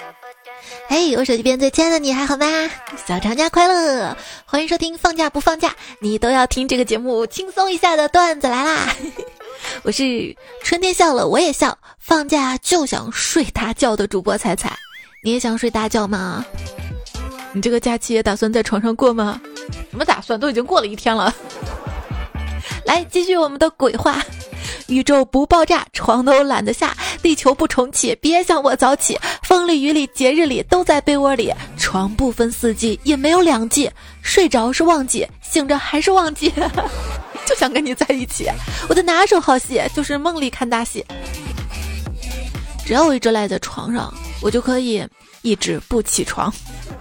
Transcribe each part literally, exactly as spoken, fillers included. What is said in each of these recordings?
嘿，我手机边最亲爱的你还好吗？小长假快乐，欢迎收听放假不放假你都要听这个节目，轻松一下的段子来啦。我是春天笑了我也笑，放假就想睡大觉的主播彩彩。你也想睡大觉吗？你这个假期也打算在床上过吗？什么打算，都已经过了一天了。来继续我们的鬼话。宇宙不爆炸，床都懒得下，地球不重启，别想我早起，风里雨里节日里都在被窝里，床不分四季也没有两季，睡着是忘记，醒着还是忘记。就想跟你在一起，我的拿手好戏就是梦里看大戏。只要我一直赖在床上，我就可以一直不起床。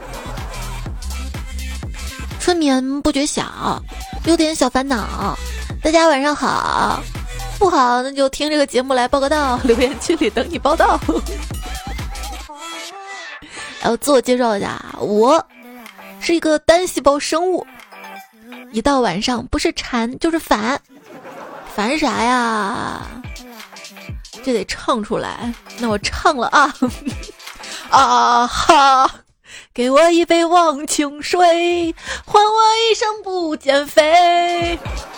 春眠不觉晓，有点小烦恼，大家晚上好。不好，那就听这个节目来报个到，留言区里等你报道。然后自我介绍一下，我是一个单细胞生物，一到晚上不是馋就是烦。烦啥呀？这得唱出来，那我唱了啊。啊哈，给我一杯忘情水，换我一生不减肥。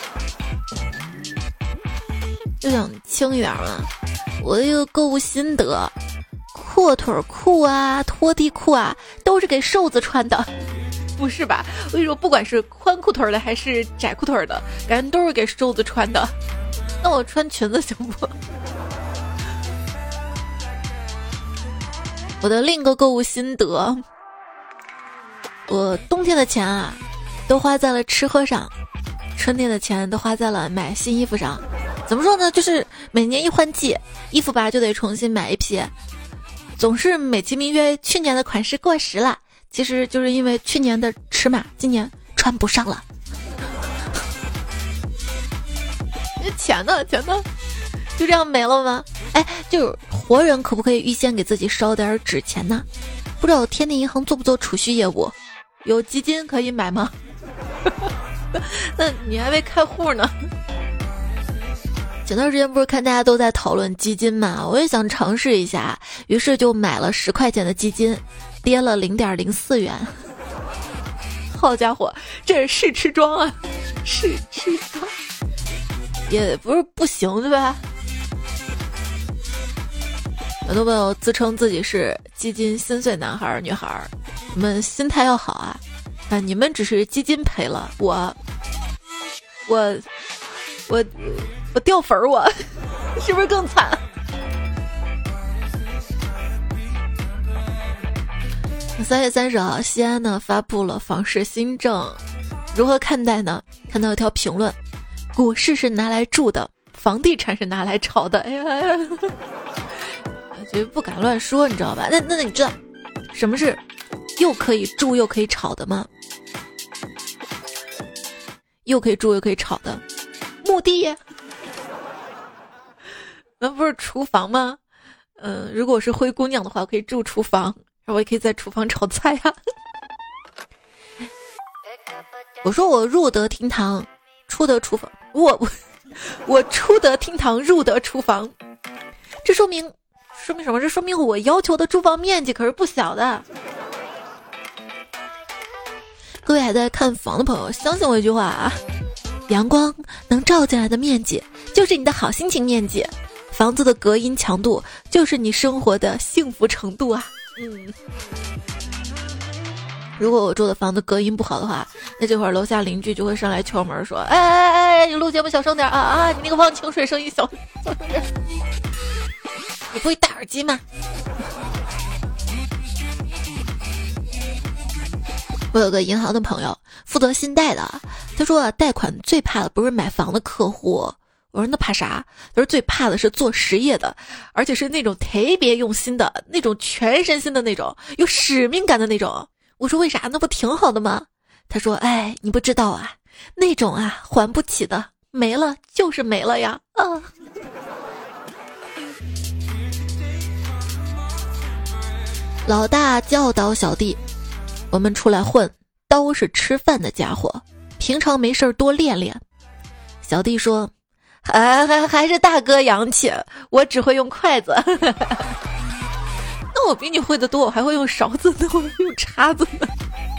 就想轻一点嘛，我的一个购物心得，阔腿裤啊、拖地裤啊，都是给瘦子穿的。不是吧？我跟你说，不管是宽裤腿的还是窄裤腿的，感觉都是给瘦子穿的。那我穿裙子行不？我的另一个购物心得，我冬天的钱啊，都花在了吃喝上，春天的钱都花在了买新衣服上。怎么说呢？就是每年一换季，衣服吧就得重新买一批，总是美其名曰去年的款式过时了，其实就是因为去年的尺码今年穿不上了。钱呢？钱呢？就这样没了吗？哎，就是活人可不可以预先给自己烧点纸钱呢？不知道天地银行做不做储蓄业务？有基金可以买吗？那你还没开户呢。前段时间不是看大家都在讨论基金嘛，我也想尝试一下，于是就买了十块钱的基金，跌了零点零四元。好家伙，这是试吃装啊，试吃装也不是不行对吧？很多朋友自称自己是基金心碎男孩女孩，你们心态要好啊！啊，你们只是基金赔了，我，我，我。我掉粉儿，我是不是更惨？三月三十号，西安呢发布了房市新政，如何看待呢？看到一条评论：股市是拿来住的，房地产是拿来炒的。哎呀，哎呀我觉得不敢乱说，你知道吧？那那你知道什么是又可以住又可以炒的吗？又可以住又可以炒的墓地。那不是厨房吗？嗯、呃，如果我是灰姑娘的话，我可以住厨房，然后我也可以在厨房炒菜呀、啊。我说我入得厅堂，出得厨房，我我我出得厅堂，入得厨房，这说明说明什么？这说明我要求的住房面积可是不小的。各位还在看房的朋友，相信我一句话啊，阳光能照进来的面积，就是你的好心情面积。房子的隔音强度就是你生活的幸福程度啊。嗯，如果我住的房子隔音不好的话，那这会儿楼下邻居就会上来敲门说：“哎哎哎，你录节目小声点啊啊！你那个忘情水声音小小声点。”你不会戴耳机吗？我有个银行的朋友负责信贷的，他说贷款最怕的不是买房的客户。我说那怕啥？他说最怕的是做实业的，而且是那种特别用心的那种，全身心的那种，有使命感的那种。我说为啥？那不挺好的吗？他说哎，你不知道啊，那种啊还不起的，没了就是没了呀。啊，老大教导小弟，我们出来混，刀是吃饭的家伙，平常没事多练练。小弟说还还还是大哥洋气，我只会用筷子。那那我比你会的多，我还会用勺子呢，我用叉子呢。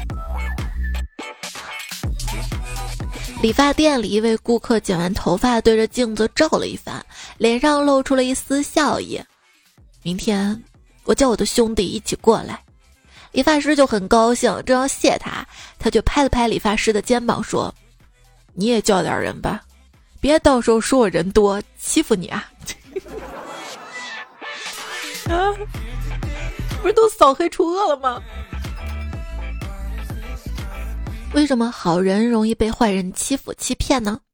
理发店里一位顾客剪完头发，对着镜子照了一番，脸上露出了一丝笑意。明天我叫我的兄弟一起过来。理发师就很高兴，正要谢他，他就拍了拍理发师的肩膀说，你也叫点人吧，别到时候说我人多欺负你啊。啊，不是都扫黑除恶了吗？为什么好人容易被坏人欺负欺骗呢？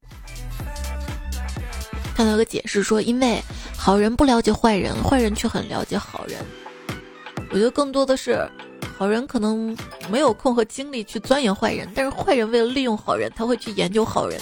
看到一个解释说，因为好人不了解坏人，坏人却很了解好人。我觉得更多的是好人可能没有空和精力去钻研坏人，但是坏人为了利用好人，他会去研究好人。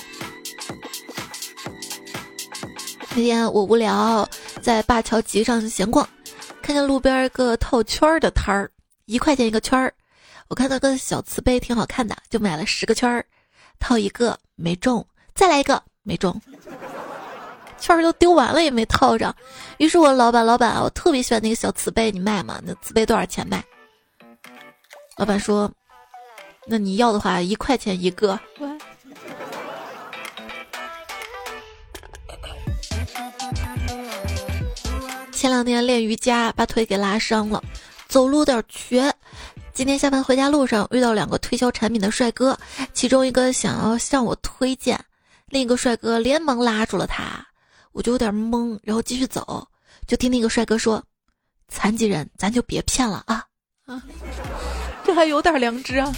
那天我无聊在灞桥集上闲逛，看见路边一个套圈的摊儿，一块钱一个圈儿。我看到个小瓷杯挺好看的，就买了十个圈儿，套一个没中，再来一个没中，圈儿都丢完了也没套上。于是我老板老板我特别喜欢那个小瓷杯，你卖吗？那瓷杯多少钱卖？老板说，那你要的话一块钱一个。前两天练瑜伽把腿给拉伤了，走路有点瘸。今天下班回家路上遇到两个推销产品的帅哥，其中一个想要向我推荐，另一个帅哥连忙拉住了他，我就有点懵，然后继续走，就听那个帅哥说，残疾人咱就别骗了啊啊，这还有点良知啊。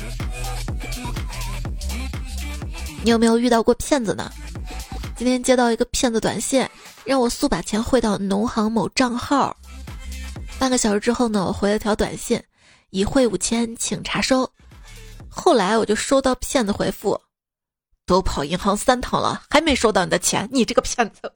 你有没有遇到过骗子呢？今天接到一个骗子短信，让我速把钱汇到农行某账号。半个小时之后呢，我回了条短信，已汇五千，请查收。后来我就收到骗子回复，都跑银行三趟了，还没收到你的钱，你这个骗子。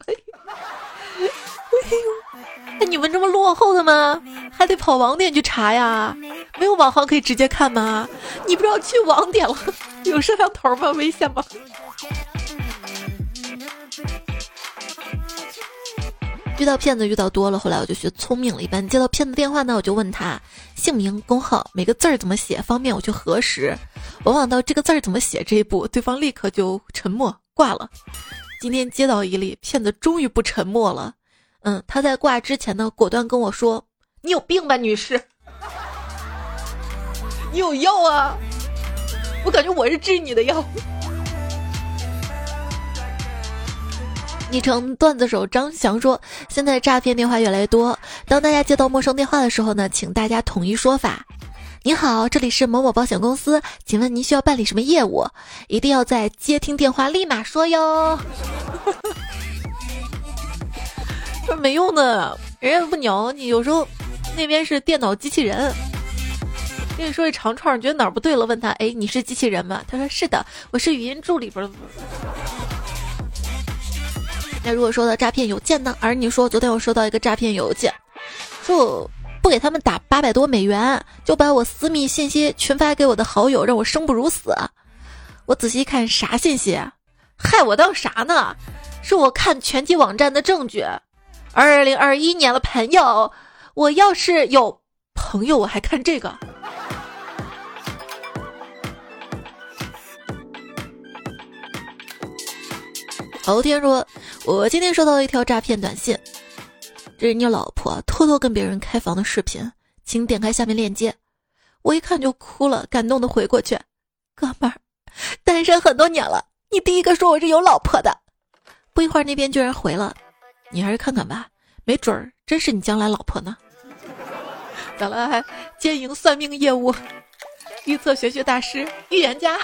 哎，你们这么落后的吗？还得跑网点去查呀？没有网行可以直接看吗？你不知道去网点了，有摄像头吗？危险吗？遇到骗子遇到多了，后来我就学聪明了。一般接到骗子电话呢，我就问他姓名、工号，每个字儿怎么写，方便我去核实。往往到这个字儿怎么写这一步，对方立刻就沉默挂了。今天接到一例，骗子终于不沉默了。嗯，他在挂之前呢，果断跟我说：“你有病吧，女士？你有药啊？我感觉我是治你的药。”昵称段子手张翔说，现在诈骗电话越来越多，当大家接到陌生电话的时候呢，请大家统一说法。你好，这里是某某保险公司，请问您需要办理什么业务？一定要在接听电话立马说哟。这没用的，人家不鸟你，有时候那边是电脑机器人。跟你说一长串，觉得哪儿不对了，问他，哎，你是机器人吗？他说是的，我是语音助理。不是那如果说到诈骗邮件呢？而你说昨天我收到一个诈骗邮件，说我不给他们打八百多美元，就把我私密信息群发给我的好友，让我生不如死。我仔细看啥信息？害我当啥呢？是我看拳击网站的证据。二零二一年的朋友，我要是有朋友，我还看这个。敖天说，我今天收到了一条诈骗短信，这是你老婆偷偷跟别人开房的视频，请点开下面链接。我一看就哭了，感动的回过去，哥们儿，单身很多年了，你第一个说我是有老婆的。不一会儿那边居然回了，你还是看看吧，没准儿真是你将来老婆呢。咋了，还兼营算命业务，预测玄学大师，预言家。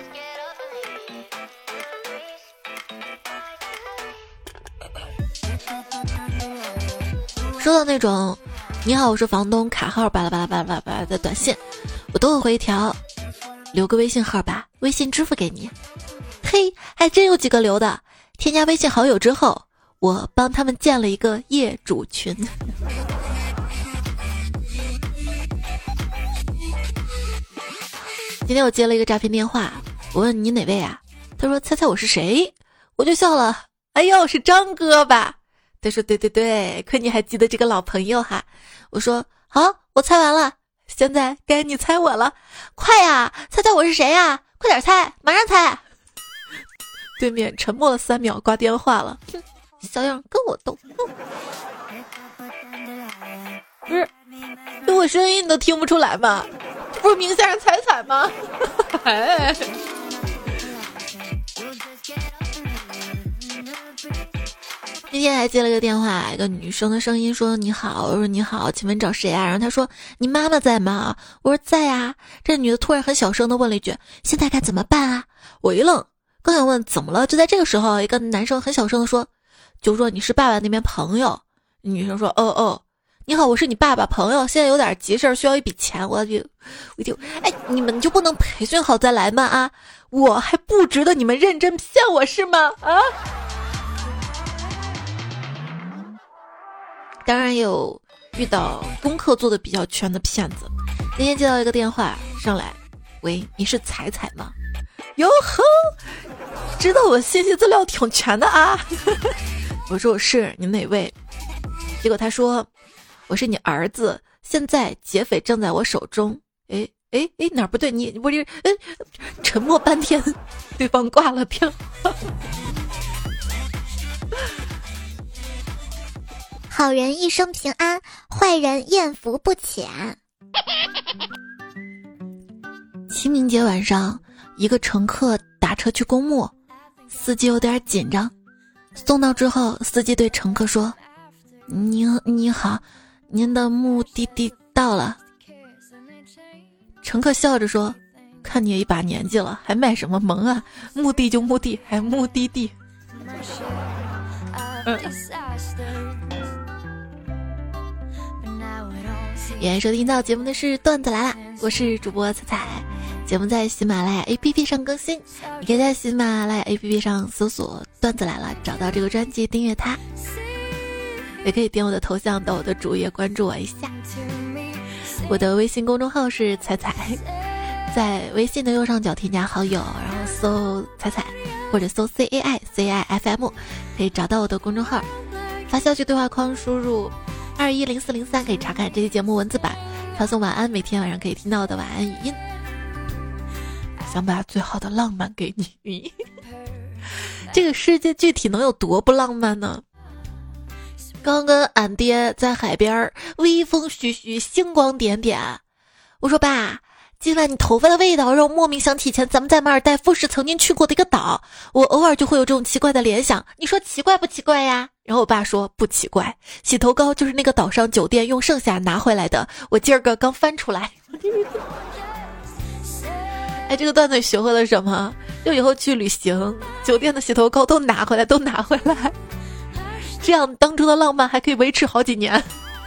收到那种你好我是房东卡号巴拉巴拉巴拉巴拉巴拉的短信，我都会回一条留个微信号吧，微信支付给你。嘿，还真有几个留的。添加微信好友之后，我帮他们建了一个业主群。今天我接了一个诈骗电话，我问你哪位啊？他说猜猜我是谁？我就笑了，哎呦，是张哥吧？他说对对对，亏你还记得这个老朋友哈。我说好， 我猜完了，现在该你猜我了，快呀，猜猜我是谁呀？快点猜，马上猜。对面沉默了三秒，挂电话了。哼，小样跟我斗。不是，就我声音你都听不出来吗？这不是明先生彩彩吗？哎。今天还接了个电话，一个女生的声音说你好，我说你好，请问找谁啊？然后她说你妈妈在吗？我说在啊。这女的突然很小声的问了一句现在该怎么办啊？我一愣，刚想问怎么了，就在这个时候一个男生很小声的说就说你是爸爸那边朋友。女生说哦哦，你好，我是你爸爸朋友，现在有点急事需要一笔钱，我就我就哎，你们就不能培训好再来吗？啊，我还不值得你们认真骗我是吗？啊，当然也有遇到功课做的比较全的骗子。今天接到一个电话上来，喂，你是彩彩吗？哟呵，知道我信息资料挺全的啊。我说我是，你哪位？结果他说我是你儿子，现在劫匪正在我手中。诶诶诶，哪儿不对？你不是诶？沉默半天，对方挂了电话。 好人一生平安，坏人艳福不浅。 清明节晚上，一个乘客打车去公墓，司机有点紧张。送到之后，司机对乘客说：“您你好，您的目的地到了。”乘客笑着说：“看你也一把年纪了，还卖什么萌啊？目的就目的，还目的地。”嗯。也收听到节目的是段子来了，我是主播彩彩。节目在喜马拉雅 A P P 上更新，你可以在喜马拉雅 A P P 上搜索段子来了，找到这个专辑订阅它，也可以点我的头像到我的主页关注我一下。我的微信公众号是彩彩，在微信的右上角添加好友，然后搜彩彩或者搜 C A I C I F M 可以找到我的公众号，发消息对话框输入二一零四零三可以查看这期节目文字版，发送晚安，每天晚上可以听到我的晚安语音。想把最好的浪漫给你。这个世界具体能有多不浪漫呢？刚跟俺爹在海边，微风徐徐，星光点点。我说爸，今晚你头发的味道让我莫名想起以前咱们在马尔代夫时曾经去过的一个岛，我偶尔就会有这种奇怪的联想，你说奇怪不奇怪呀？然后我爸说不奇怪，洗头膏就是那个岛上酒店用剩下拿回来的，我今儿个刚翻出来。哎，这个段子学会了什么？就以后去旅行，酒店的洗头膏都拿回来，都拿回来，这样当初的浪漫还可以维持好几年。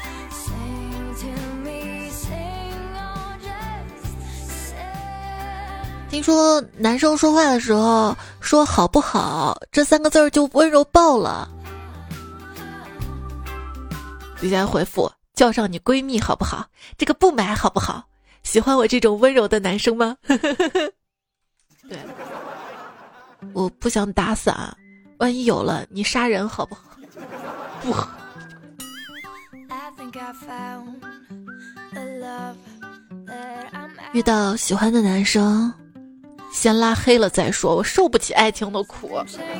听说男生说话的时候说好不好这三个字儿就温柔爆了。底下回复叫上你闺蜜好不好？这个不买好不好？喜欢我这种温柔的男生吗？对，我不想打伞，万一有了你杀人好不好？不。遇到喜欢的男生，先拉黑了再说，我受不起爱情的苦。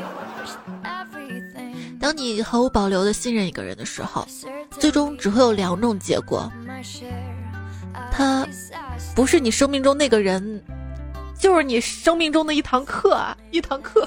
当你毫无保留的信任一个人的时候，最终只会有两种结果，他不是你生命中那个人，就是你生命中的一堂课啊，一堂课。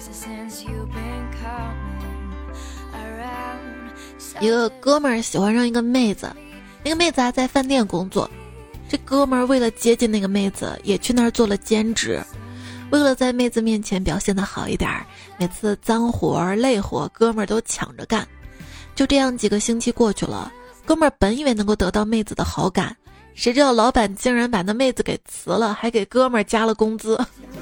一个哥们儿喜欢上一个妹子，那个妹子还在饭店工作，这哥们儿为了接近那个妹子也去那儿做了兼职，为了在妹子面前表现得好一点，每次脏活累活哥们儿都抢着干。就这样几个星期过去了，哥们儿本以为能够得到妹子的好感，谁知道老板竟然把那妹子给辞了，还给哥们儿加了工资。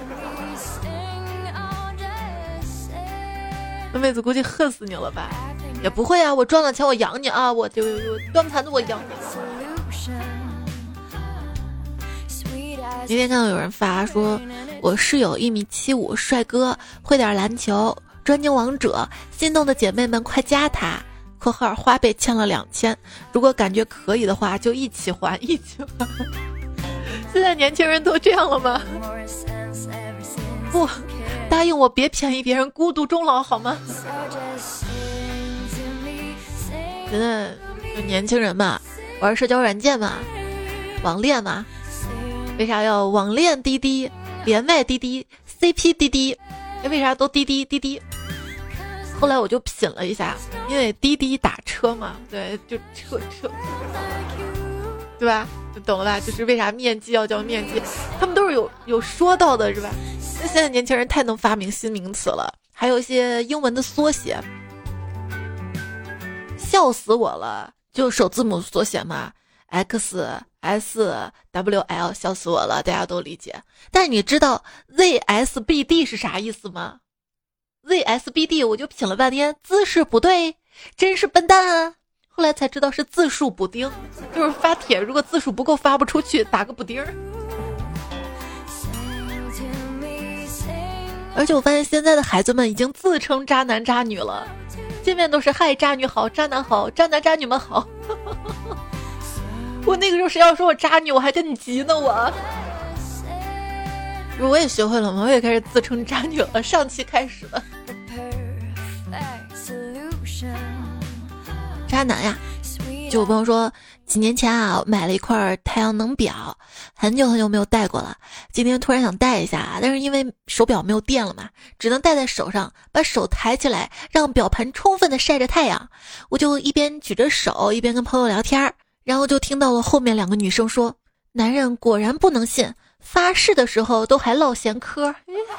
那妹子估计恨死你了吧？也不会啊，我赚了钱我养你啊，我就端盘子我养你。那天看到有人发说，我室友一米七五，帅哥，会点篮球，专精王者，心动的姐妹们快加他。 括号花呗欠了两千，如果感觉可以的话就一起还一起还。现在年轻人都这样了吗？不，答应我别便宜别人，孤独终老好吗？现在就年轻人嘛，玩社交软件嘛，网恋嘛，为啥要网恋滴滴、连麦滴滴、C P 滴滴？为啥都滴滴滴滴？后来我就品了一下，因为滴滴打车嘛，对，就车车，对吧？就懂了吧？就是为啥面基要叫面基，他们都是有有说到的，是吧？那现在年轻人太能发明新名词了，还有一些英文的缩写，笑死我了！就首字母缩写嘛 ，X S W L， 笑死我了，大家都理解。但是你知道 Z S B D 是啥意思吗？Z S B D 我就品了半天，姿势不对，真是笨蛋啊！后来才知道是字数补丁，就是发帖如果字数不够发不出去，打个补丁。而且我发现现在的孩子们已经自称渣男渣女了，见面都是嗨渣女好，渣男好，渣男渣女们好。我那个时候谁要说我渣女，我还跟你急呢我。我也学会了吗？我也开始自称渣女了，上期开始了。渣男呀，就我朋友说，几年前啊买了一块太阳能表，很久很久没有戴过了，今天突然想戴一下，但是因为手表没有电了嘛，只能戴在手上，把手抬起来，让表盘充分的晒着太阳。我就一边举着手，一边跟朋友聊天，然后就听到了后面两个女生说，男人果然不能信，发誓的时候都还唠闲嗑。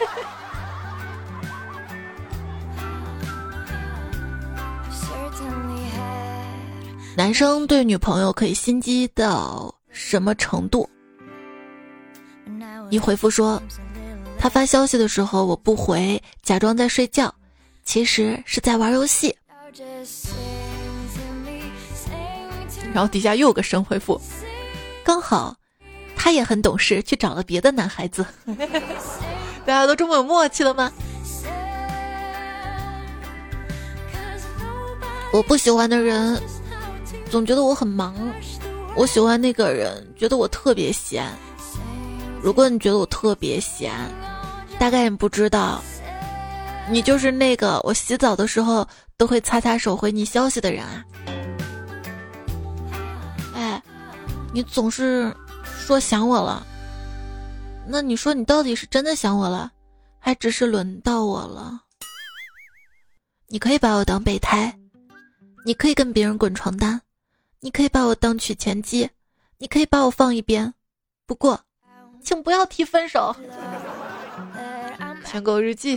男生对女朋友可以心机到什么程度？一回复说，他发消息的时候我不回，假装在睡觉，其实是在玩游戏。然后底下又有个神回复，刚好他也很懂事，去找了别的男孩子。大家都这么有默契了吗？我不喜欢的人总觉得我很忙，我喜欢那个人觉得我特别闲。如果你觉得我特别闲，大概你不知道，你就是那个我洗澡的时候都会擦擦手回你消息的人啊。哎，你总是说想我了，那你说你到底是真的想我了，还只是轮到我了？你可以把我当备胎，你可以跟别人滚床单，你可以把我当取钱机，你可以把我放一边，不过请不要提分手。舔狗日记，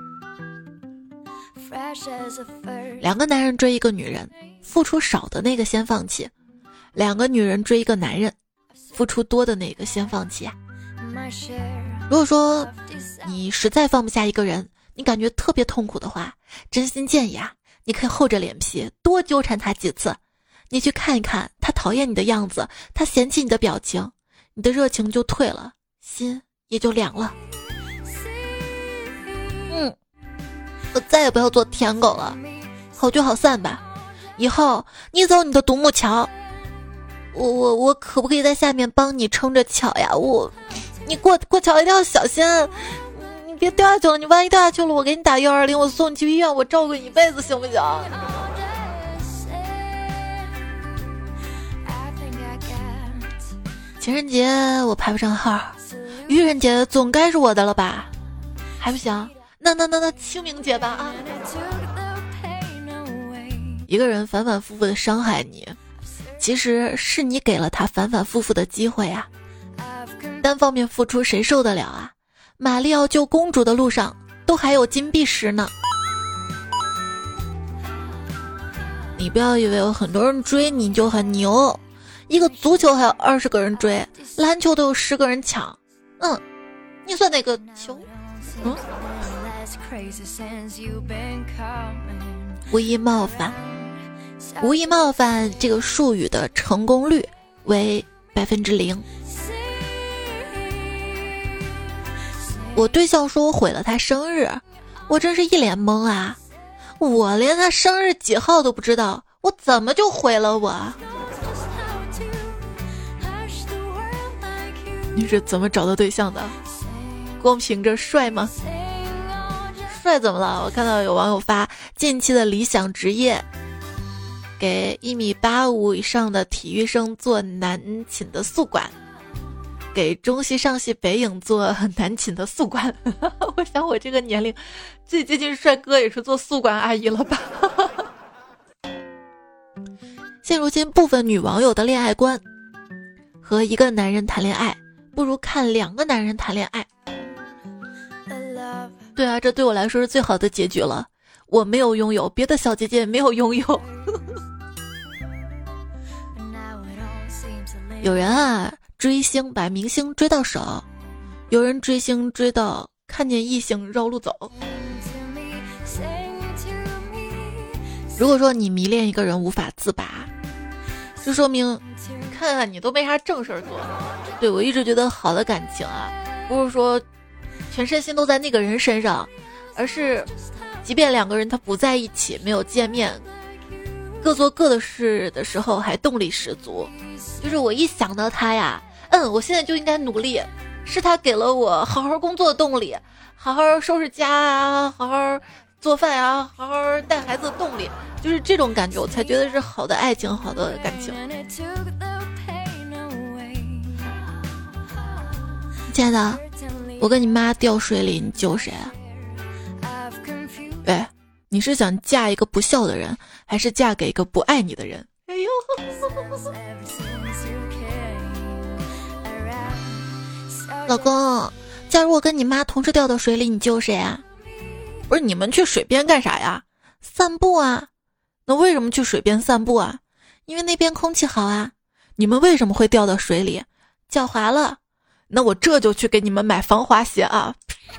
两个男人追一个女人，付出少的那个先放弃，两个女人追一个男人，付出多的那个先放弃啊。如果说你实在放不下一个人，你感觉特别痛苦的话，真心建议啊，你可以厚着脸皮多纠缠他几次，你去看一看他讨厌你的样子，他嫌弃你的表情，你的热情就退了，心也就凉了。嗯，我再也不要做舔狗了，好聚好散吧。以后你走你的独木桥，我我我可不可以在下面帮你撑着桥呀？我，你过过桥一定要小心，你别掉下去了，你万一掉下去了，我给你打幺二零，我送你去医院，我照顾你一辈子，行不行？情人节我排不上号，愚人节总该是我的了吧？还不行？那那那那清明节吧啊！一个人反反复复的伤害你，其实是你给了他反反复复的机会啊！单方面付出谁受得了啊？玛丽要救公主的路上都还有金币石呢。你不要以为有很多人追你就很牛，一个足球还有二十个人追，篮球都有十个人抢。嗯，你算哪个球？嗯，无意冒犯，无意冒犯这个术语的成功率为百分之零。我对象说我毁了他生日，我真是一脸懵啊！我连他生日几号都不知道， 我怎么就毁了我？你是怎么找到对象的？光凭着帅吗？帅怎么了？我看到有网友发近期的理想职业，给一米八五以上的体育生做男寝的宿管，给中戏上戏北影做男寝的宿管。我想我这个年龄最接近帅哥也是做宿管阿姨了吧。现如今部分女网友的恋爱观，和一个男人谈恋爱不如看两个男人谈恋爱。对啊，这对我来说是最好的结局了。我没有拥有，别的小姐姐没有拥有。有人啊追星把明星追到手，有人追星追到看见异性绕路走。如果说你迷恋一个人无法自拔，就说明看看你都没啥正事儿做。对，我一直觉得好的感情啊，不是说全身心都在那个人身上，而是即便两个人他不在一起，没有见面，各做各的事的时候还动力十足。就是我一想到他呀，嗯，我现在就应该努力，是他给了我好好工作的动力，好好收拾家啊，好好做饭啊，好好带孩子的动力，就是这种感觉我才觉得是好的爱情，好的感情。亲爱的，我跟你妈掉水里，你救谁啊？喂，你是想嫁一个不孝的人，还是嫁给一个不爱你的人？哎呦，老公，假如我跟你妈同时掉到水里，你救谁啊？不是，你们去水边干啥呀？散步啊。那为什么去水边散步啊？因为那边空气好啊。你们为什么会掉到水里？脚滑了。那我这就去给你们买防滑鞋啊。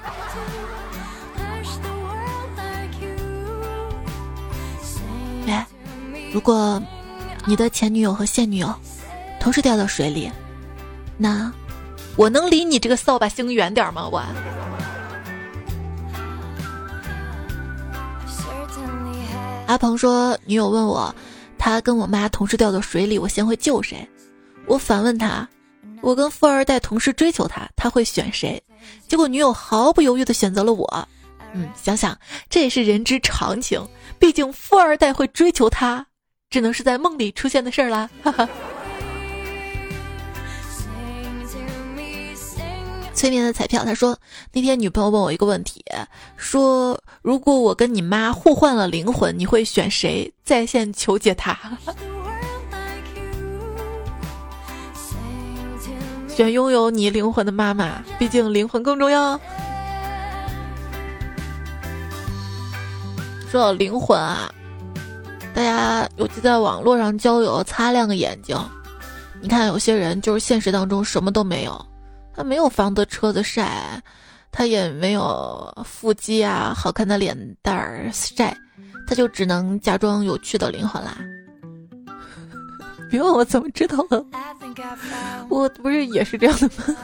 哎，如果你的前女友和现女友同时掉到水里，那我能离你这个扫把星远点吗？我阿鹏说，女友问我，他跟我妈同时掉到水里，我先会救谁？我反问他，我跟富二代同时追求他，他会选谁？结果女友毫不犹豫地选择了我。嗯，想想这也是人之常情，毕竟富二代会追求他，只能是在梦里出现的事儿啦。哈哈。催眠的彩票他说，那天女朋友问我一个问题，说如果我跟你妈互换了灵魂，你会选谁？在线求解答。选拥有你灵魂的妈妈，毕竟灵魂更重要。说到灵魂啊，大家尤其在网络上交友，擦亮个眼睛。你看有些人就是现实当中什么都没有，他没有房子车子晒，他也没有腹肌啊好看的脸蛋儿晒，他就只能假装有趣的灵魂啦。别问我怎么知道的，我不是也是这样的吗？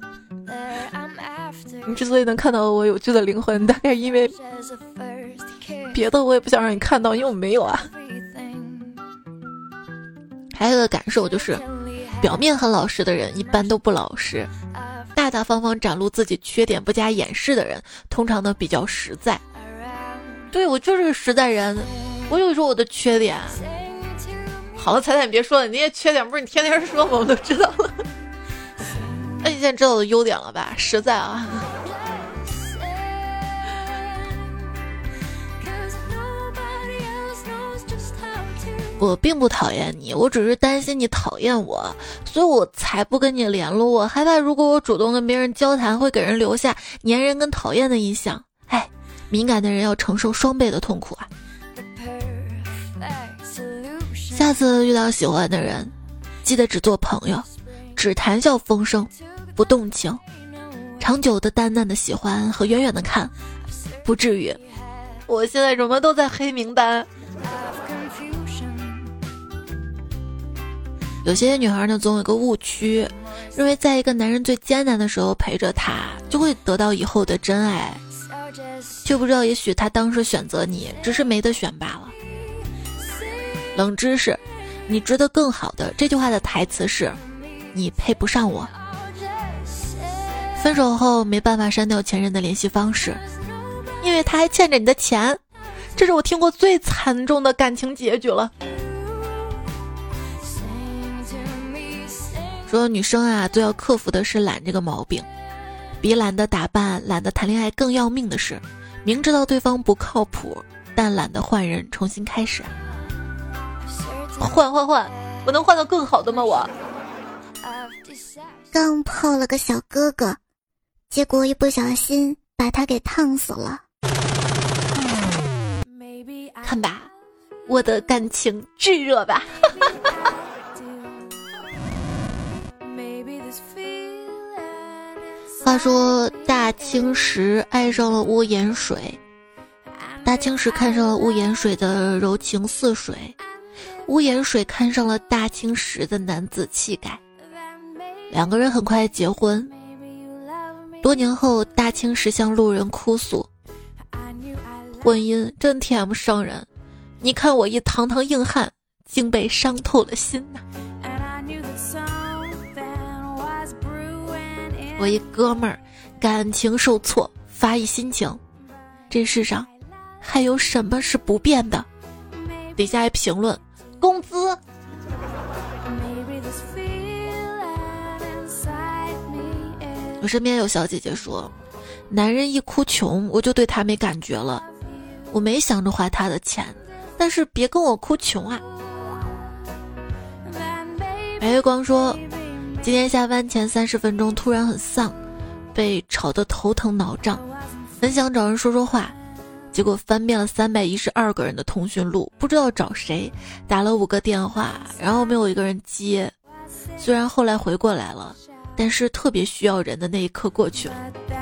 你之所以能看到我有趣的灵魂，大概因为别的我也不想让你看到，因为我没有啊。还有个感受就是，表面很老实的人一般都不老实，大大方方展露自己缺点不加掩饰的人，通常呢比较实在。对，我就是个实在人，我有说我的缺点。好了，彩彩你别说了，你那些缺点不是你天天说吗？我都知道了。那你现在知道我的优点了吧？实在啊。我并不讨厌你，我只是担心你讨厌我，所以我才不跟你联络。我害怕如果我主动跟别人交谈，会给人留下粘人跟讨厌的印象。哎，敏感的人要承受双倍的痛苦啊。下次遇到喜欢的人，记得只做朋友，只谈笑风生，不动情。长久的淡淡的喜欢和远远的看，不至于。我现在什么都在黑名单。有些女孩呢，总有个误区，认为在一个男人最艰难的时候陪着他，就会得到以后的真爱，却不知道也许他当时选择你，只是没得选罢了。 冷知识，你值得更好的，这句话的台词是你配不上我。分手后没办法删掉前任的联系方式，因为他还欠着你的钱，这是我听过最惨重的感情结局了。说女生啊，最要克服的是懒这个毛病，比懒得打扮、懒得谈恋爱更要命的是，明知道对方不靠谱，但懒得换人重新开始。换换换，我能换到更好的吗？我刚泡了个小哥哥，结果一不小心把他给烫死了。 看吧，我的感情炙热吧。话说大青石爱上了屋檐水，大青石看上了屋檐水的柔情似水，屋檐水看上了大青石的男子气概，两个人很快结婚。多年后，大青石向路人哭诉，婚姻真甜不伤人，你看我一堂堂硬汉竟被伤透了心呐、啊。我一哥们儿感情受挫，发一心情，这世上还有什么是不变的？底下一评论，工资。我身边有小姐姐说，男人一哭穷，我就对他没感觉了，我没想着花他的钱，但是别跟我哭穷啊。白月光说，今天下班前三十分钟突然很丧，被吵得头疼脑胀，很想找人说说话，结果翻遍了三百一十二个人的通讯录，不知道找谁，打了五个电话，然后没有一个人接。虽然后来回过来了，但是特别需要人的那一刻过去了。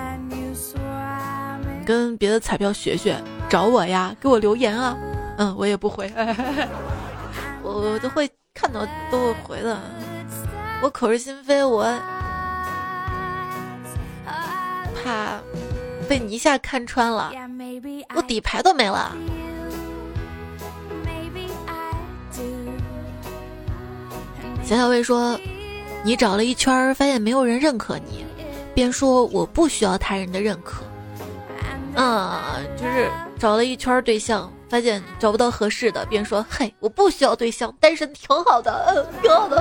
跟别的彩票学学，找我呀，给我留言啊。嗯，我也不回，我我都会看到都会回的。我口是心非，我怕被你一下看穿了，我底牌都没了。小小薇说，你找了一圈发现没有人认可你，便说我不需要他人的认可。嗯，就是找了一圈对象发现找不到合适的，便说嘿，我不需要对象，单身挺好的，嗯，挺好的。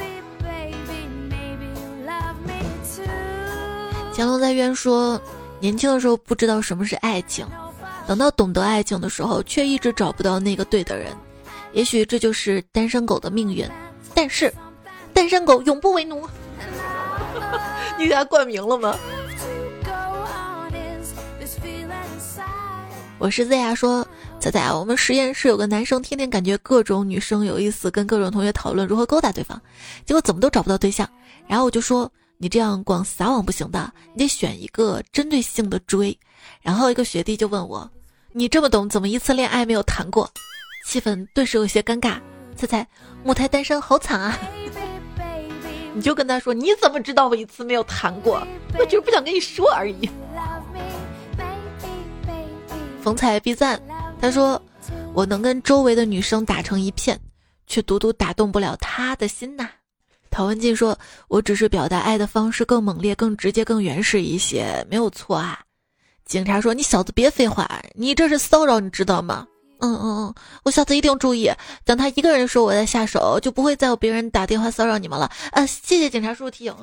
乾隆在渊说，年轻的时候不知道什么是爱情，等到懂得爱情的时候，却一直找不到那个对的人。也许这就是单身狗的命运，但是单身狗永不为奴。你给他冠名了吗？我是 Z 呀说，仔仔，我们实验室有个男生天天感觉各种女生有意思，跟各种同学讨论如何勾搭对方，结果怎么都找不到对象。然后我就说，你这样光撒网不行的，你得选一个针对性的追。然后一个学弟就问我，你这么懂，怎么一次恋爱没有谈过？气氛顿时有些尴尬。猜猜，母胎单身好惨啊。你就跟他说，你怎么知道我一次没有谈过？我就是不想跟你说而已。逢彩必赞，他说，我能跟周围的女生打成一片，却独独打动不了她的心呐。陶文静说，我只是表达爱的方式更猛烈、更直接、更原始一些，没有错啊。警察说，你小子别废话，你这是骚扰，你知道吗？嗯嗯嗯，我下次一定注意，等他一个人说我再下手，就不会再有别人打电话骚扰你们了。啊，谢谢警察叔叔提醒。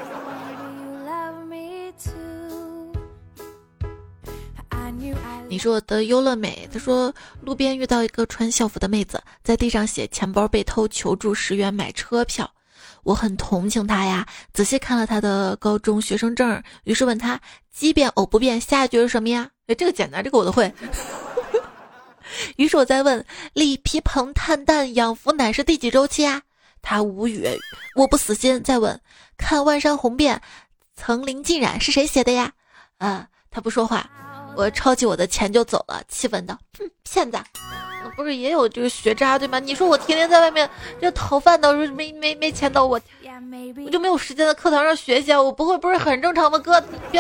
你说我的优乐美，他说路边遇到一个穿校服的妹子，在地上写钱包被偷，求助十元买车票。我很同情他呀，仔细看了他的高中学生证，于是问他奇变偶不变下一句是什么呀？哎，这个简单，这个我都会。于是我再问立皮硼碳氮氧氟氖是第几周期啊？他无语，我不死心，再问看万山红遍层林尽染是谁写的呀？啊，他不说话，我抄起我的钱就走了，气愤道，哼，骗子！不是也有这个学渣对吗？你说我天天在外面这讨饭的，没没没钱到我，我就没有时间在课堂上学习啊！我不会不是很正常吗？哥，别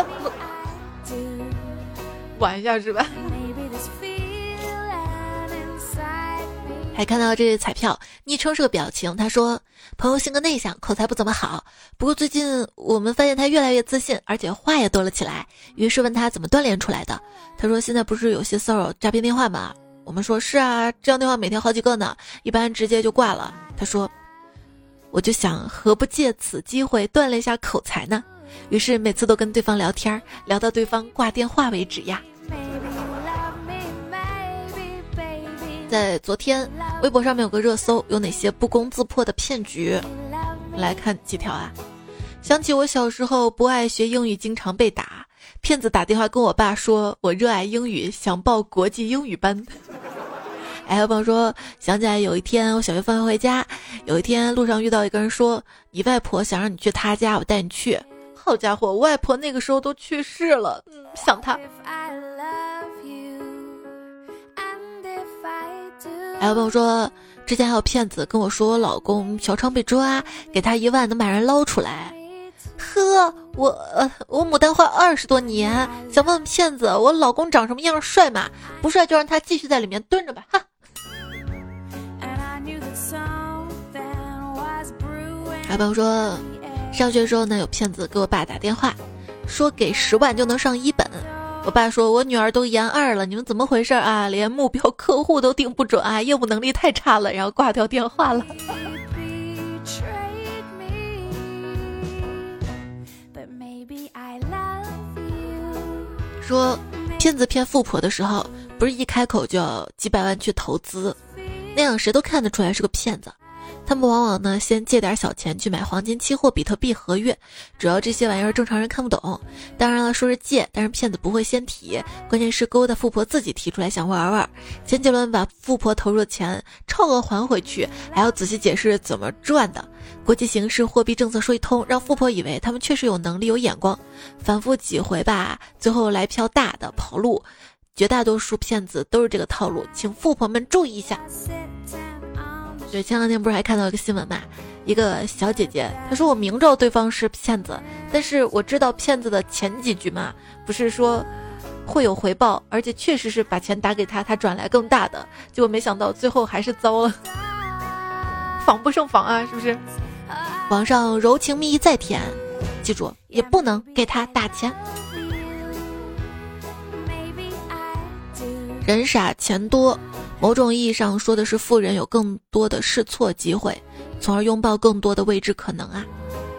玩一下是吧？ 还看到这彩票，昵称是个表情，他说朋友性格内向，口才不怎么好，不过最近我们发现他越来越自信，而且话也多了起来，于是问他怎么锻炼出来的。他说现在不是有些骚扰诈骗电话吗？我们说是啊，这样电话每天好几个呢，一般直接就挂了。他说我就想何不借此机会锻炼一下口才呢，于是每次都跟对方聊天，聊到对方挂电话为止呀。在昨天微博上面有个热搜，有哪些不攻自破的骗局，来看几条啊。想起我小时候不爱学英语，经常被打，骗子打电话跟我爸说我热爱英语，想报国际英语班。还有朋友说想起来有一天我小学放学回家，有一天路上遇到一个人说你外婆想让你去她家，我带你去。好家伙，我外婆那个时候都去世了，嗯，想她。还有朋友说之前还有骗子跟我说我老公小昌被抓，给他一万能把人捞出来。呵，我呃我牡丹花二十多年，想问骗子我老公长什么样，帅吗？不帅就让他继续在里面蹲着吧，哈。还有朋友说上学的时候呢，有骗子给我爸打电话说给十万就能上一本，我爸说我女儿都研二了，你们怎么回事啊？连目标客户都定不准啊，业务能力太差了，然后挂掉电话了。说骗子骗富婆的时候，不是一开口就要几百万去投资，那样谁都看得出来是个骗子。他们往往呢先借点小钱去买黄金期货、比特币合约，主要这些玩意儿正常人看不懂。当然了，说是借，但是骗子不会先提，关键是勾搭富婆自己提出来想玩玩。前几轮把富婆投入的钱超额还回去，还要仔细解释怎么赚的。国际形势、货币政策说一通，让富婆以为他们确实有能力、有眼光。反复几回吧，最后来票大的跑路。绝大多数骗子都是这个套路，请富婆们注意一下。对，前两天不是还看到一个新闻嘛，一个小姐姐她说我明知道对方是骗子，但是我知道骗子的前几句嘛，不是说会有回报，而且确实是把钱打给他，他转来更大的，结果没想到最后还是糟了。防不胜防啊，是不是？网上柔情蜜意再甜，记住也不能给他打钱。人傻钱多，某种意义上说的是富人有更多的试错机会，从而拥抱更多的未知可能啊。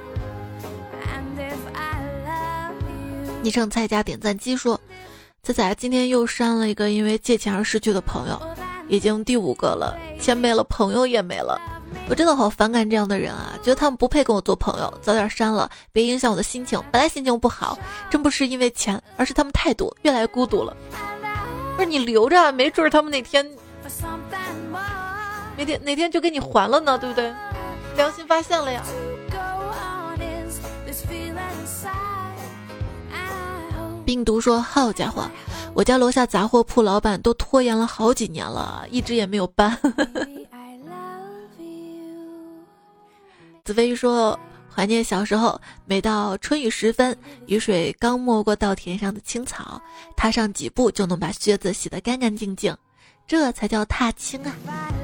昵称蔡家点赞机说，仔仔今天又删了一个因为借钱而失去的朋友，已经第五个了，钱没了，朋友也没了。我真的好反感这样的人啊，觉得他们不配跟我做朋友，早点删了，别影响我的心情。本来心情不好，真不是因为钱，而是他们态度越来越孤独了。不是你留着，没准他们哪天哪天哪天就给你还了呢，对不对？良心发现了呀。病毒说，好家伙，我家楼下杂货铺老板都拖延了好几年了，一直也没有搬。子飞说，怀念小时候，每到春雨时分，雨水刚没过稻田上的青草，踏上几步就能把靴子洗得干干净净，这才叫踏青啊。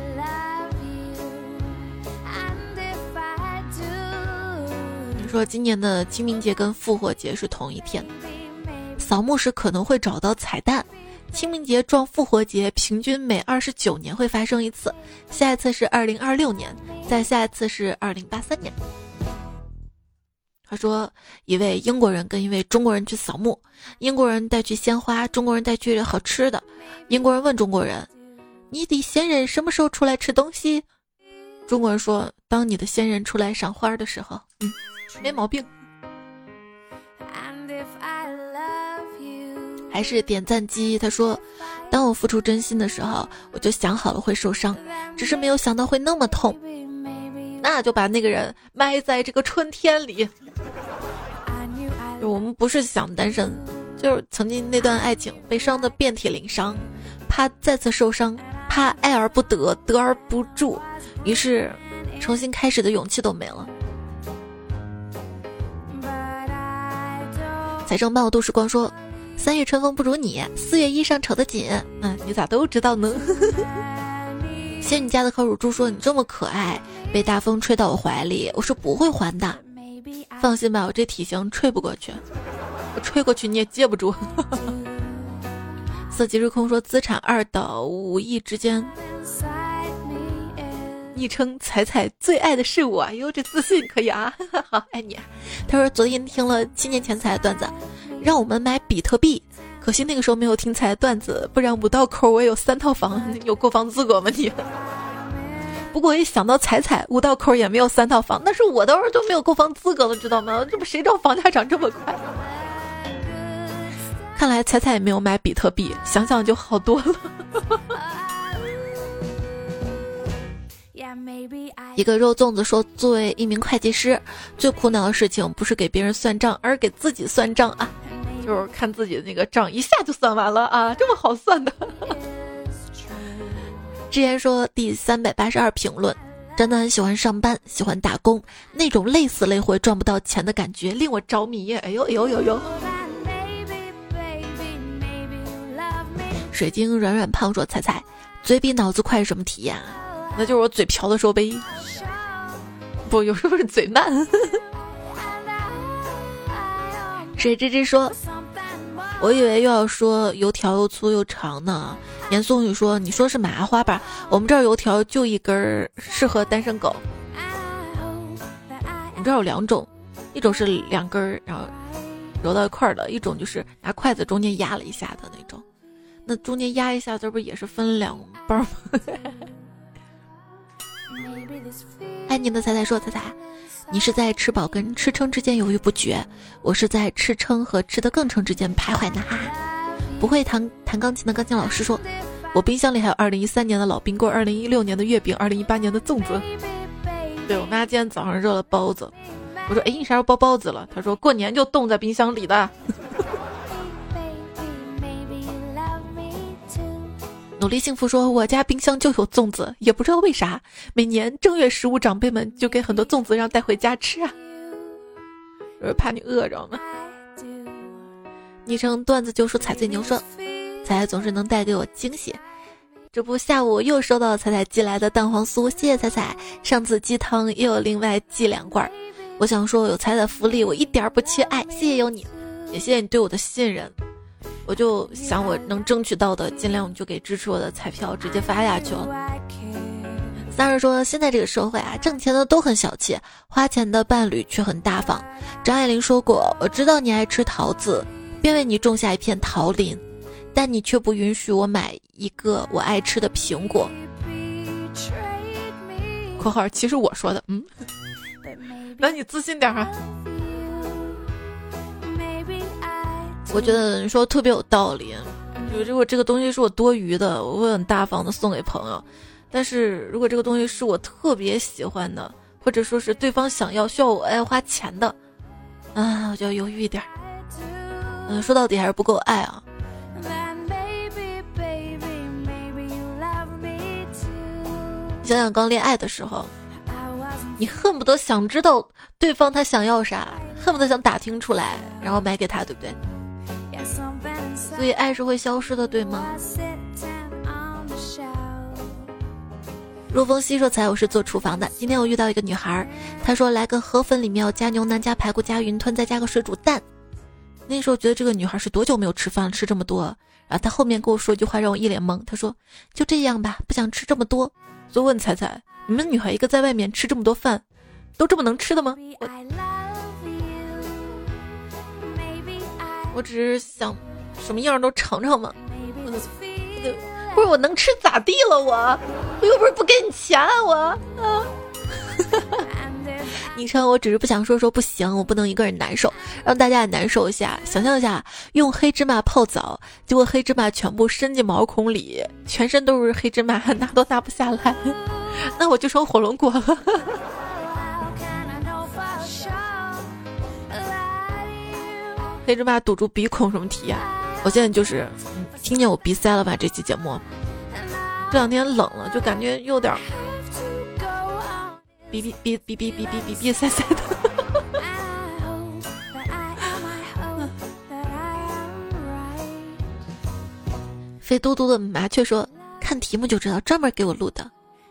你说今年的清明节跟复活节是同一天，扫墓时可能会找到彩蛋，清明节撞复活节平均每二十九年会发生一次，下一次是二零二六年，再下一次是二零八三年。他说一位英国人跟一位中国人去扫墓，英国人带去鲜花，中国人带去好吃的。英国人问中国人，你的先人什么时候出来吃东西？中国人说，当你的先人出来赏花的时候。嗯，没毛病。还是点赞机，他说当我付出真心的时候，我就想好了会受伤，只是没有想到会那么痛，那就把那个人埋在这个春天里。我们不是想单身，就是曾经那段爱情被伤得遍体鳞伤，怕再次受伤，怕爱而不得，得而不住，于是重新开始的勇气都没了。财政帮我度时光说，三月春风不如你，四月衣裳丑得紧。嗯，你咋都知道呢？ 仙女家的烤乳猪说你这么可爱，被大风吹到我怀里，我是不会还的。放心吧，我这体型吹不过去，我吹过去你也接不住。色即日空说资产二到五亿之间。昵称彩彩最爱的是我，哟，这自信可以啊，好爱你。他说昨天听了七年前彩的段子，让我们买比特币，可惜那个时候没有听彩的段子，不然五道口我也有三套房，有购房资格吗你？不过一想到彩彩五道口也没有三套房，那是我的儿都没有购房资格了，知道吗？这不谁知道房价涨这么快？看来彩彩也没有买比特币，想想就好多了。一个肉粽子说，作为一名会计师，最苦恼的事情不是给别人算账，而给自己算账啊，就是看自己的那个账一下就算完了啊，这么好算的。之前说第三百八十二评论，真的很喜欢上班，喜欢打工，那种累死累活赚不到钱的感觉令我着迷。哎呦哎呦呦呦！水晶软软胖说，彩彩嘴比脑子快是什么体验啊？那就是我嘴瓢的时候呗，不，有时候是嘴慢。水吱吱说，我以为又要说油条又粗又长呢。严松宇说，你说是麻花吧，我们这儿油条就一根，适合单身狗。我们这儿有两种，一种是两根然后揉到一块儿的，一种就是拿筷子中间压了一下的那种。那中间压一下，这不也是分两包吗？爱你的彩彩说，彩彩你是在吃饱跟吃撑之间犹豫不决，我是在吃撑和吃得更撑之间徘徊呢哈。不会弹弹钢琴的钢琴老师说，我冰箱里还有二零一三年的老冰棍，二零一六年的月饼，二零一八年的粽子。对，我妈今天早上热了包子，我说哎你啥时候包包子了？她说过年就冻在冰箱里的。努力幸福说，我家冰箱就有粽子，也不知道为啥，每年正月十五长辈们就给很多粽子让带回家吃啊，就是怕你饿着嘛。昵称段子就说彩最牛说，彩彩总是能带给我惊喜。这不下午又收到彩彩寄来的蛋黄酥，谢谢彩彩，上次鸡汤又有另外寄两罐。我想说有彩彩福利我一点不缺爱，谢谢有你，也谢谢你对我的信任。我就想我能争取到的尽量就给支持我的彩票直接发下去了。三儿说，现在这个社会啊，挣钱的都很小气，花钱的伴侣却很大方。张爱玲说过，我知道你爱吃桃子，便为你种下一片桃林，但你却不允许我买一个我爱吃的苹果。括号其实我说的，嗯，那你自信点啊。我觉得你说特别有道理，就如果这个东西是我多余的，我会很大方的送给朋友，但是如果这个东西是我特别喜欢的，或者说是对方想要需要我爱花钱的啊，我就要犹豫一点。嗯，说到底还是不够爱啊。想想刚恋爱的时候，你恨不得想知道对方他想要啥，恨不得想打听出来然后买给他，对不对？所以爱是会消失的，对吗？若风熙说，彩我是做厨房的，今天我遇到一个女孩，她说来个河粉里面要加牛腩加排骨加云吞再加个水煮蛋。那时候觉得这个女孩是多久没有吃饭吃这么多，然后她后面跟我说一句话让我一脸懵，她说就这样吧，不想吃这么多。所以问彩彩，你们女孩一个在外面吃这么多饭都这么能吃的吗？我, 我只是想什么样都尝尝嘛。不是我能吃咋地了，我我又不是不给你钱啊，我啊。昵称我只是不想说说不行，我不能一个人难受，让大家也难受一下。想象一下，用黑芝麻泡澡，结果黑芝麻全部伸进毛孔里，全身都是黑芝麻，拿都拿不下来，那我就成火龙果了。黑芝麻堵住鼻孔什么体验？我现在就是、嗯、听见我鼻塞了吧？这期节目这两天冷了，就感觉有点鼻鼻鼻鼻鼻鼻鼻鼻鼻塞塞的。肥嘟嘟的麻雀说，看题目就知道专门给我录的。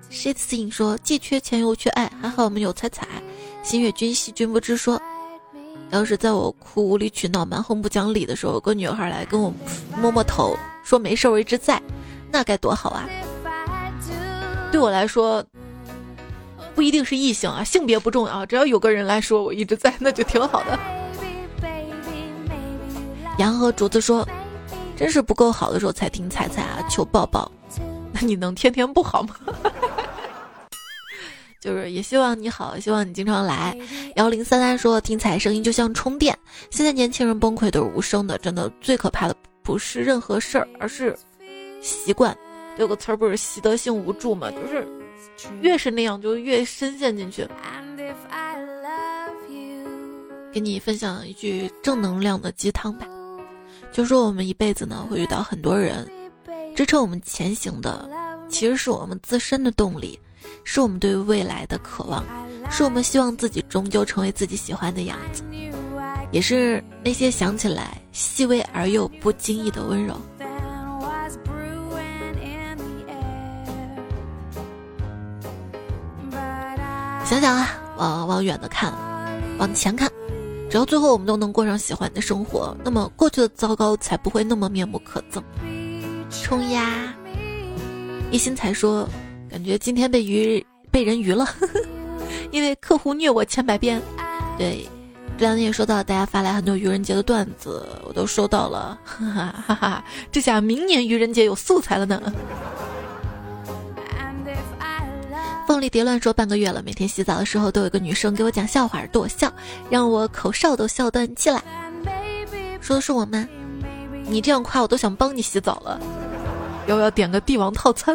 shit thing 说既缺钱又缺爱，还好我们有彩彩。新月君细君不知说，要是在我哭无理取闹蛮横不讲理的时候，有个女孩来跟我摸摸头说没事我一直在，那该多好啊。对我来说不一定是异性啊，性别不重要，只要有个人来说我一直在，那就挺好的。杨和竹子说，真是不够好的时候才听彩彩啊，求抱抱。那你能天天不好吗？就是也希望你好，希望你经常来。幺零三三说，听彩声音就像充电。现在年轻人崩溃都是无声的，真的最可怕的不是任何事儿，而是习惯。有个词儿不是习得性无助吗？就是越是那样就越深陷进去。给你分享一句正能量的鸡汤吧，就说我们一辈子呢会遇到很多人，支撑我们前行的其实是我们自身的动力，是我们对未来的渴望，是我们希望自己终究成为自己喜欢的样子，也是那些想起来细微而又不经意的温柔。想想啊，往往远的看，往前看，只要最后我们都能过上喜欢的生活，那么过去的糟糕才不会那么面目可憎。冲呀！一心才说，感觉今天被鱼被人鱼了，呵呵，因为客户虐我千百遍。对，这两天也收到大家发来很多愚人节的段子，我都收到了，哈哈哈哈！这下明年愚人节有素材了呢。凤梨蝶乱说，半个月了，每天洗澡的时候都有一个女生给我讲笑话逗我笑，让我口哨都笑断气了。说的是我吗？你这样夸我都想帮你洗澡了，要不要点个帝王套餐？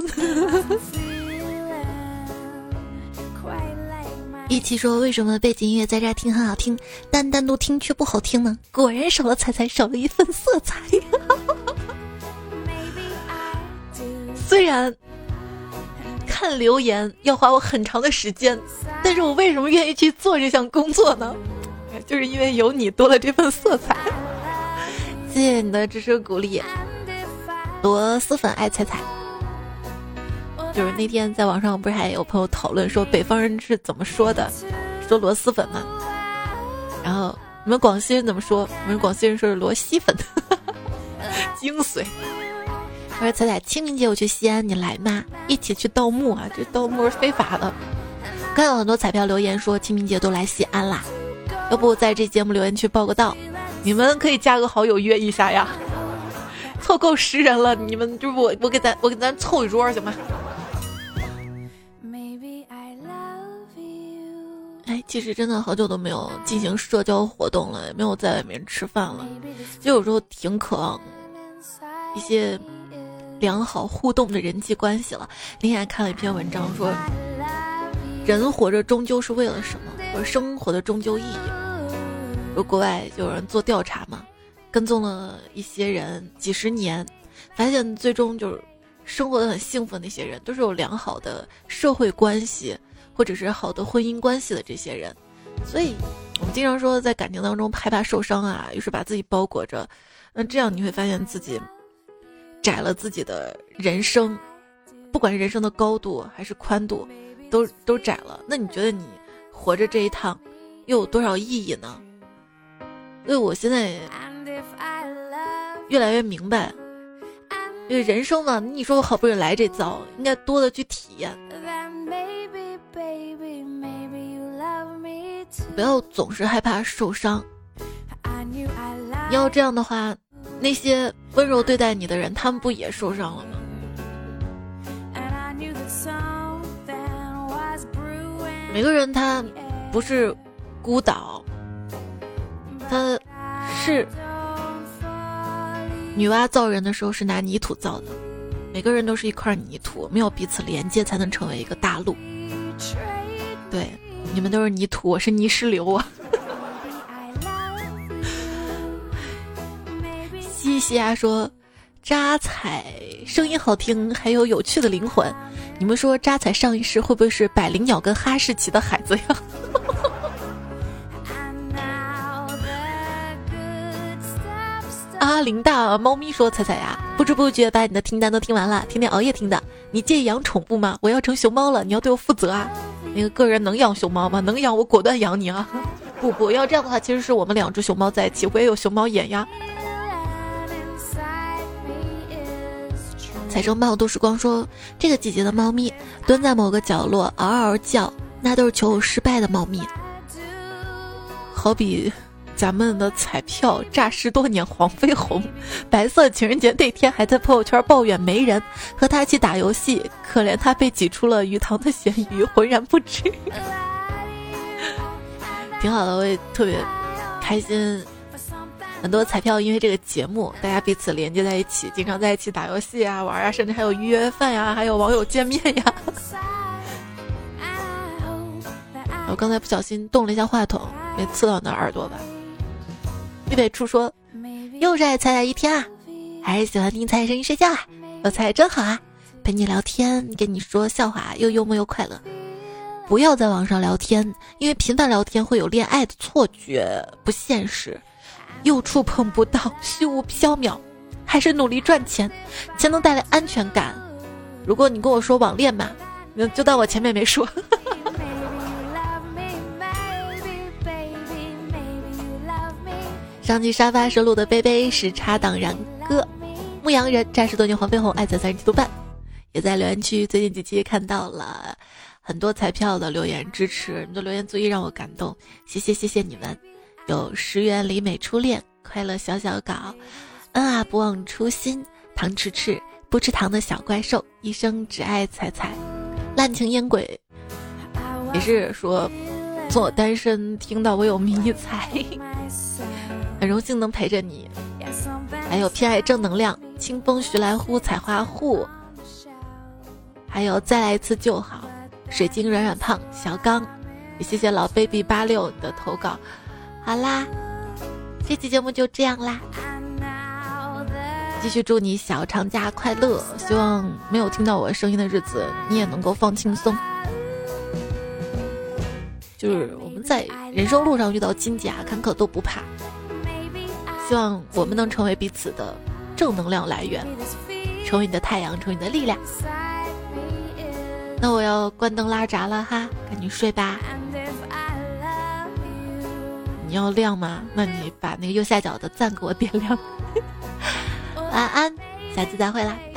一起说，为什么背景音乐在这儿听很好听，但单独听却不好听呢？果然少了彩彩，少了一份色彩。虽然看留言要花我很长的时间，但是我为什么愿意去做这项工作呢？就是因为有你多了这份色彩。谢谢你的支持鼓励。螺蛳粉爱彩彩，就是那天在网上不是还有朋友讨论说北方人是怎么说的，说螺蛳粉嘛，然后你们广西人怎么说？我们广西人说是螺蛳粉。精髓。我说彩彩，清明节我去西安，你来吗？一起去盗墓啊！这盗墓是非法的。刚有很多彩票留言说清明节都来西安啦，要不在这节目留言区报个到？你们可以加个好友约一下呀，凑够十人了，你们就我我给咱我给咱凑一桌行吗？哎，其实真的好久都没有进行社交活动了，也没有在外面吃饭了，就有时候挺渴望一些良好互动的人际关系了。另外看了一篇文章说，人活着终究是为了什么，或者生活的终究意义。有国外有人做调查嘛，跟踪了一些人几十年，发现最终就是生活的很幸福的那些人，都是有良好的社会关系或者是好的婚姻关系的这些人。所以我们经常说在感情当中害怕受伤啊，于是把自己包裹着，那这样你会发现自己窄了自己的人生，不管是人生的高度还是宽度都都窄了。那你觉得你活着这一趟又有多少意义呢？所以我现在越来越明白，因为人生嘛，你说我好不容易来这遭，应该多的去体验，不要总是害怕受伤。要这样的话，那些温柔对待你的人，他们不也受伤了吗？每个人他不是孤岛，他是女娲造人的时候是拿泥土造的，每个人都是一块泥土，没有彼此连接才能成为一个大陆。对，你们都是泥土，我是泥石流啊。西西啊说，扎彩声音好听，还有有趣的灵魂。你们说扎彩上一世会不会是百灵鸟跟哈士奇的孩子呀？阿林大猫咪说，彩彩呀， 不知不觉把你的听单都听完了，天天熬夜听的。你介意养宠物吗？我要成熊猫了，你要对我负责啊！那个个人能养熊猫吗？能养，我果断养你啊！不不要这样的话，其实是我们两只熊猫在一起，我也有熊猫眼呀。彩生猫都时光说，这个季节的猫咪蹲在某个角落嗷嗷叫，那都是求偶失败的猫咪。好比咱们的彩票诈尸多年黄飞鸿，白色情人节那天还在朋友圈抱怨没人和他一起打游戏，可怜他被挤出了鱼塘的咸鱼，浑然不知。挺好的，我也特别开心。很多彩票因为这个节目，大家彼此连接在一起，经常在一起打游戏啊、玩啊，甚至还有约饭呀，还有网友见面呀。我刚才不小心动了一下话筒，没刺到你的耳朵吧？预备处说，又是爱彩彩一天啊，还是喜欢听彩声音睡觉啊？有彩真好啊，陪你聊天，跟你说笑话，又幽默又快乐。不要在网上聊天，因为频繁聊天会有恋爱的错觉，不现实。又触碰不到，虚无缥缈，还是努力赚钱才能带来安全感。如果你跟我说网恋嘛，那就当我前面没说。上期沙发是录的杯杯，是插档然哥，牧羊人战士多年黄飞鸿爱在三十七度半，也在留言区最近几期看到了很多彩票的留言支持，你们的留言足以让我感动，谢谢谢谢你们。有十元里美初恋，快乐小小搞，恩啊不忘初心，糖吃吃不吃糖的小怪兽，一生只爱彩彩，滥情烟鬼，也是说从我单身听到我有迷彩，很荣幸能陪着你。还有偏爱正能量，清风徐来乎，采花户，还有再来一次就好，水晶软软胖，小刚，也谢谢老 baby 八六的投稿。好啦，这期节目就这样啦，继续祝你小长假快乐，希望没有听到我声音的日子你也能够放轻松。就是我们在人生路上遇到荆棘坎坷都不怕，希望我们能成为彼此的正能量来源，成为你的太阳，成为你的力量。那我要关灯拉闸了哈，赶紧睡吧。你要亮吗？那你把那个右下角的赞给我点亮。晚安，下次再会啦。